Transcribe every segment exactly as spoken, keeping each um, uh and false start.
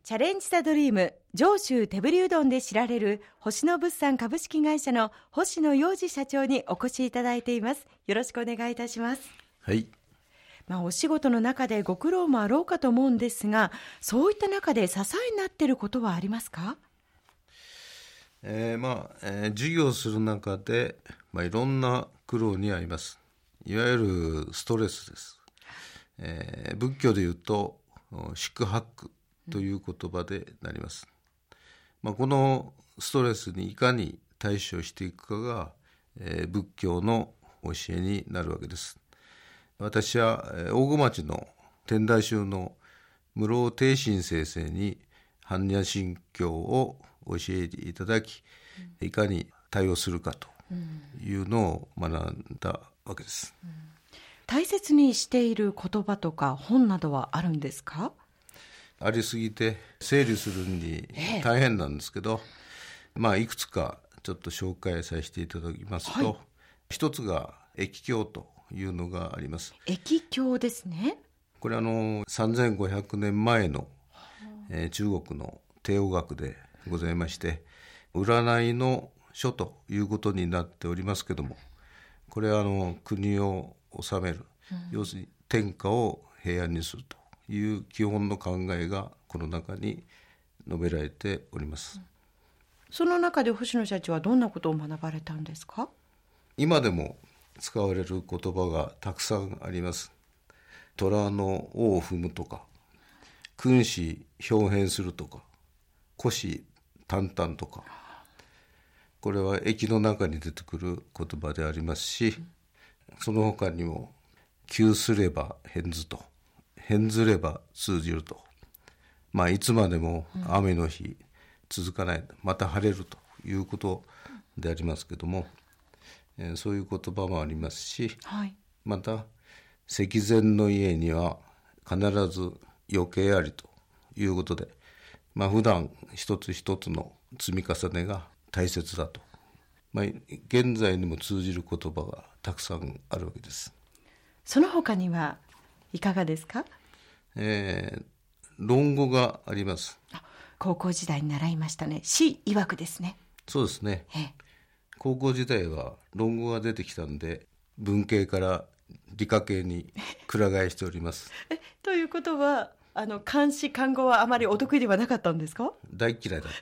チャレンジザドリーム上州手振りうどんで知られる星野物産株式会社の星野洋二社長にお越しいただいています。よろしくお願いいたします。 はい。 まあ、お仕事の中でご苦労もあろうかと思うんですが、そういった中で支えになっていることはありますか？ えーまあえー、授業する中で、まあ、いろんな苦労にあります。いわゆるストレスです。えー、仏教でいうと宿泊という言葉でなります。まあ、このストレスにいかに対処していくかが、えー、仏教の教えになるわけです。私は、えー、大御町の天台宗の室尾貞心先生に般若心経を教えていただき、うん、いかに対応するかというのを学んだわけです。 うんうん、大切にしている言葉とか本などはあるんですか？ ありすぎて整理するに大変なんですけど、えー、まあいくつかちょっと紹介させていただきますと、はい、一つが易経というのがあります。 易経ですね。 これはあのさんぜんごひゃくねんまえの、えー、中国の帝王学でございまして、占いの書ということになっておりますけども、これはあの国を治める、うん、要するに天下を平安にするという基本の考えがこの中に述べられております。うん、 その中で星野社長はどんなことを学ばれたんですか？ 今でも使われる言葉がたくさんあります。虎の尾を踏むとか、君子表変するとか、虎視眈々とか、これは易の中に出てくる言葉でありますし、その他にも窮すれば変ずと、変ずれば通じると、まあいつまでも雨の日続かない、また晴れるということでありますけども、えー、そういう言葉もありますし、はい、また石前の家には必ず余計ありということで、まあ普段一つ一つの積み重ねが大切だと、まあ、現在にも通じる言葉がたくさんあるわけです。 その他にはいかがですか？ えー、論語があります。 あ、高校時代に習いましたね。詩曰くですね。 そうですね。高校時代は論語が出てきたんで、文系から理科系にくら替えしております。 えということはあの漢詩漢語はあまりお得意ではなかったんですか？ 大嫌いだった。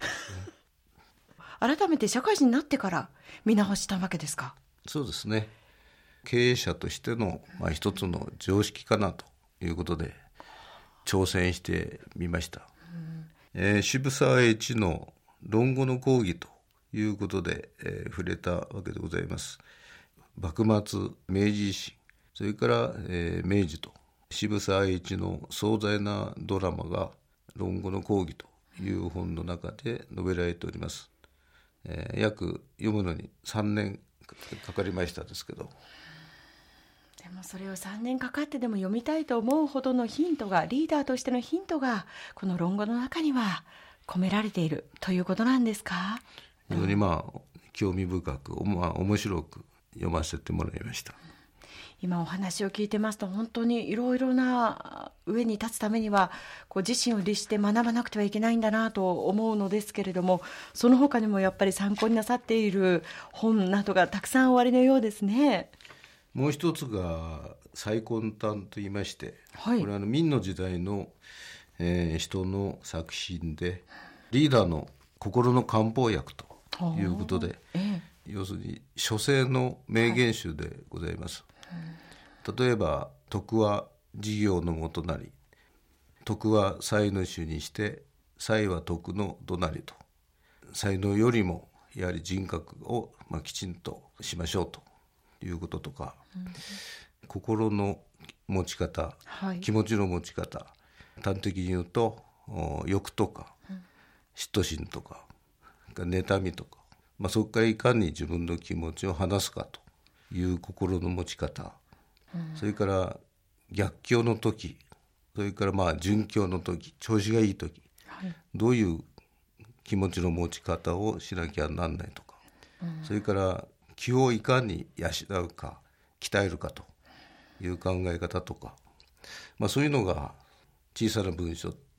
改めて社会人になってから見直したわけですか？ そうですね。経営者としての、まあ、一つの常識かなということで挑戦してみました。うん、えー、渋沢栄一の論語の講義ということで、えー、触れたわけでございます。幕末、明治維新、それから、えー、明治と渋沢栄一の壮大なドラマが論語の講義という本の中で述べられております。えー、約読むのにさんねんかかりましたですけど、 でもそれをさんねんかかってでも読みたいと思うほどのヒントが、リーダーとしてのヒントがこの論語の中には込められているということなんですか？ 非常にまあ興味深く、まあ、面白く読ませてもらいました。 今お話を聞いてますと本当にいろいろな上に立つためにはこう自身を律して学ばなくてはいけないんだなと思うのですけれども、その他にもやっぱり参考になさっている本などがたくさんおありのようですね。 もう一つが最根端といいまして、はい、これはあの明の時代の、えー、人の作品でリーダーの心の漢方薬ということで、ええ、要するに書生の名言集でございます。はい、うん、例えば徳は事業のもとなり、徳は才の主にして才は徳の土なりと、才能よりもやはり人格を、まあ、きちんとしましょうということとか、うん、心の持ち方、はい、気持ちの持ち方、端的に言うと欲とか、うん、嫉妬心とか妬みとか、まあ、そこからいかに自分の気持ちを話すかという心の持ち方、うん、それから逆境の時、それからまあ順境の時、調子がいい時、はい、どういう気持ちの持ち方をしなきゃなんないとか、うん、それから気をいかに養うか鍛えるかという考え方とか、まあ、そういうのが小さな文章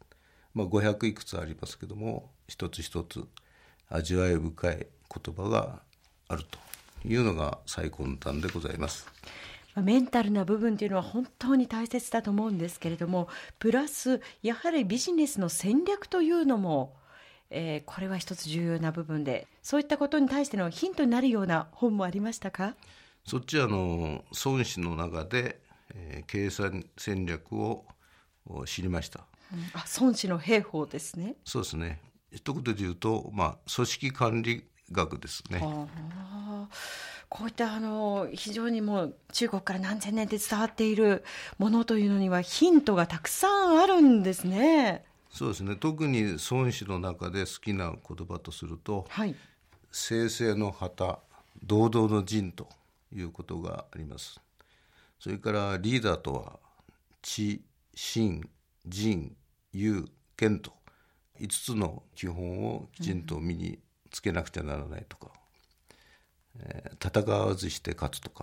まあ、ごひゃくいくつありますけども、一つ一つ味わい深い言葉があるというのが最根端でございます。 メンタルな部分というのは本当に大切だと思うんですけれども、プラスやはりビジネスの戦略というのも、えー、これは一つ重要な部分で、そういったことに対してのヒントになるような本もありましたか？ そっちはあの孫子の中で、えー、経済戦略を知りました。 うん、あ、孫子の兵法ですね。 そうですね。一言で言うと、まあ、組織管理学ですね。 あ、こういったあの非常にもう中国から何千年で伝わっているものというのにはヒントがたくさんあるんですね。 そうですね。特に孫子の中で好きな言葉とすると、はい、正々の旗、堂々の陣ということがあります。それからリーダーとは知、信、仁、勇、権といつつの基本をきちんと身につけなくてはならないとか、うん、えー、戦わずして勝つとか、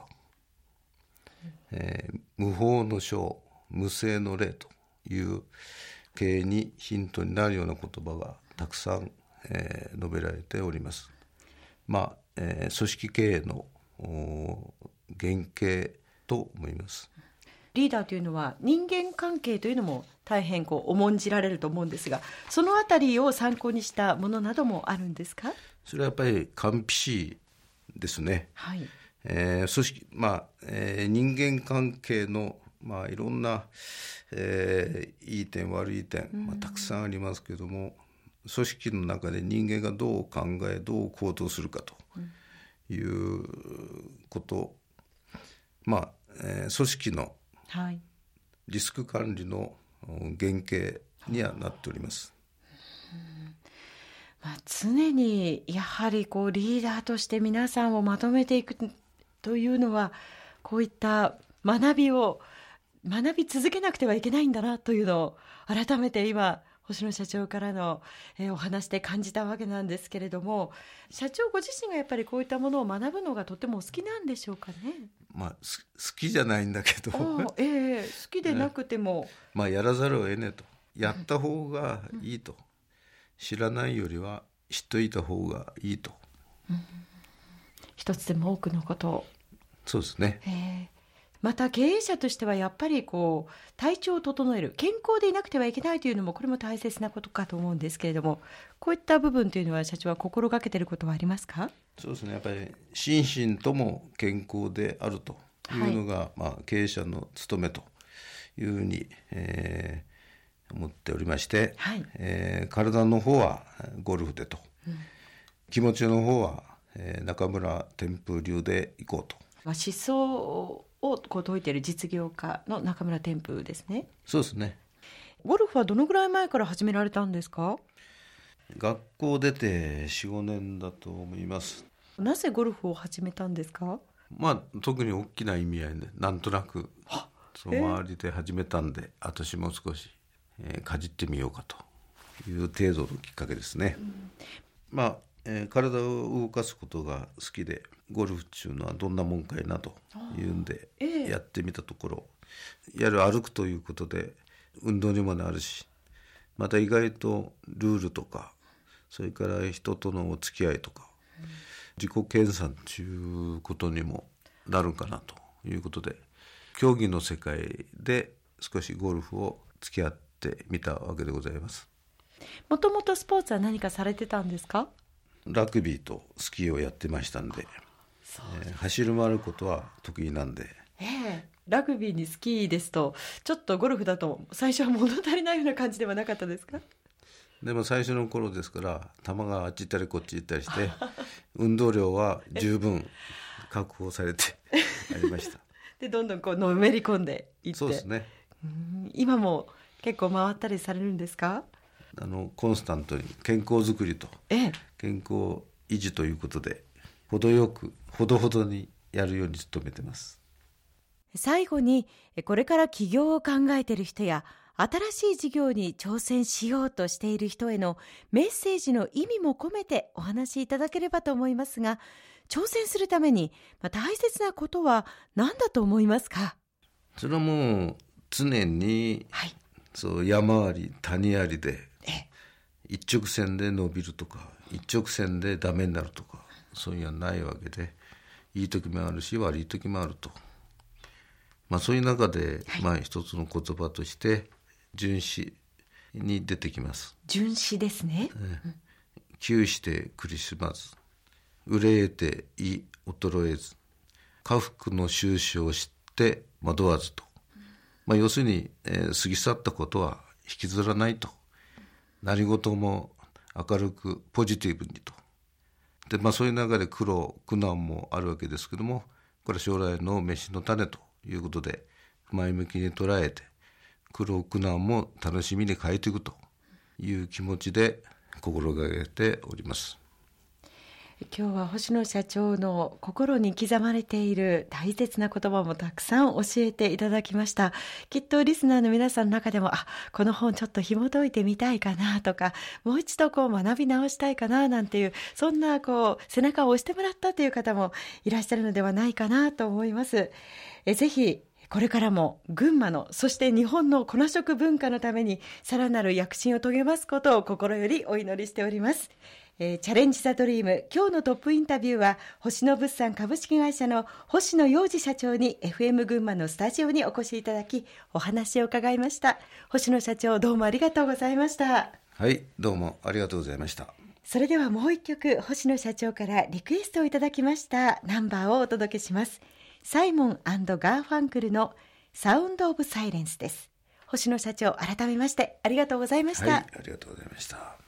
えー、無法の章、無正の礼という経営にヒントになるような言葉がたくさん、えー、述べられております。まあ、えー、組織経営の原型と思います。 リーダーというのは人間関係というのも大変こう重んじられると思うんですが、そのあたりを参考にしたものなどもあるんですか？ それはやっぱり完璧詞ですね。はい、えー、組織、まあえー、人間関係の、まあ、いろんな、えー、いい点悪い点、まあ、たくさんありますけども、組織の中で人間がどう考えどう行動するかということ、まあえー、組織のリスク管理の原型にはなっております。 まあ、常にやはりこうリーダーとして皆さんをまとめていくというのは、こういった学びを学び続けなくてはいけないんだなというのを改めて今星野社長からの、えー、お話で感じたわけなんですけれども、社長ご自身がやっぱりこういったものを学ぶのがとてもお好きなんでしょうかね？ まあ、好きじゃないんだけど、 えー、好きでなくても、 ね、まあ、やらざるを得ねえと、やった方がいいと、うん、知らないよりは知っといた方がいいと、うん、 一つでも多くのことを。 そうですね。 えーまた経営者としてはやっぱりこう体調を整える、健康でいなくてはいけないというのもこれも大切なことかと思うんですけれども、こういった部分というのは社長は心がけていることはありますか？ そうですね、やっぱり心身とも健康であるというのが、はい、まあ、経営者の務めというふうに、えー、思っておりまして、はい、えー、体の方はゴルフでと、うん、気持ちの方は、えー、中村天風流でいこうと、 まあ、思想をこう説いている実業家の中村天風ですね。 そうですね。 ゴルフはどのぐらい前から始められたんですか？ 学校出て よん,ご 年だと思います。 なぜゴルフを始めたんですか？ まあ、特に大きな意味合いでなんとなくその周りで始めたんで、私も少し、えー、かじってみようかという程度のきっかけですね。うん、まあえー、体を動かすことが好きで、ゴルフっていうのはどんなもんかいなというんでやってみたところ、えー、やはり歩くということで運動にもなるし、また意外とルールとか、それから人とのお付き合いとか、うん、自己研鑽ということにもなるかなということで、競技の世界で少しゴルフを付き合ってみたわけでございます。 もともとスポーツは何かされてたんですか？ ラグビーとスキーをやってましたんで、えー、走る回ることは得意なんで、 えー、ラグビーにスキーですと、ちょっとゴルフだと最初は物足りないような感じではなかったですか？ でも最初の頃ですから球があっち行ったりこっち行ったりして運動量は十分確保されてありましたでどんどんこうのめり込んでいって。 そうですね。 うん、今も結構回ったりされるんですか？ あのコンスタントに健康づくりと健康維持ということで、程よくほどほどにやるように努めてます。 最後に、これから起業を考えている人や新しい事業に挑戦しようとしている人へのメッセージの意味も込めてお話しいただければと思いますが、挑戦するために大切なことは何だと思いますか？ それはもう常に、はい、そう山あり谷ありで一直線で伸びるとか一直線でダメになるとかそういうのはないわけで、いい時もあるし悪い時もあると、まあ、そういう中で、はい、まあ、一つの言葉として殉死に出てきます。 殉死ですね、 えー、窮して苦しまず憂えて意衰えず家福の収支を知って惑わずと、まあ、要するに、えー、過ぎ去ったことは引きずらないと、何事も明るくポジティブにと。で、まあ、そういう中で苦労苦難もあるわけですけども、これは将来の飯の種ということで前向きに捉えて、苦労苦難も楽しみに変えていくという気持ちで心がけております。 今日は星野社長の心に刻まれている大切な言葉もたくさん教えていただきました。きっとリスナーの皆さんの中でも、あ、この本ちょっと紐解いてみたいかなとか、もう一度こう学び直したいかななんていう、そんなこう背中を押してもらったという方もいらっしゃるのではないかなと思います。えぜひこれからも群馬の、そして日本の粉食文化のためにさらなる躍進を遂げますことを心よりお祈りしております。えー、チャレンジザドリーム、今日のトップインタビューは星野物産株式会社の星野洋二社長に エフエム 群馬のスタジオにお越しいただきお話を伺いました。星野社長、どうもありがとうございました。 はい、どうもありがとうございました。 それではもう一曲、星野社長からリクエストをいただきましたナンバーをお届けします。サイモン&ガーファンクルのサウンドオブサイレンスです。星野社長、改めましてありがとうございました。 はい、ありがとうございました。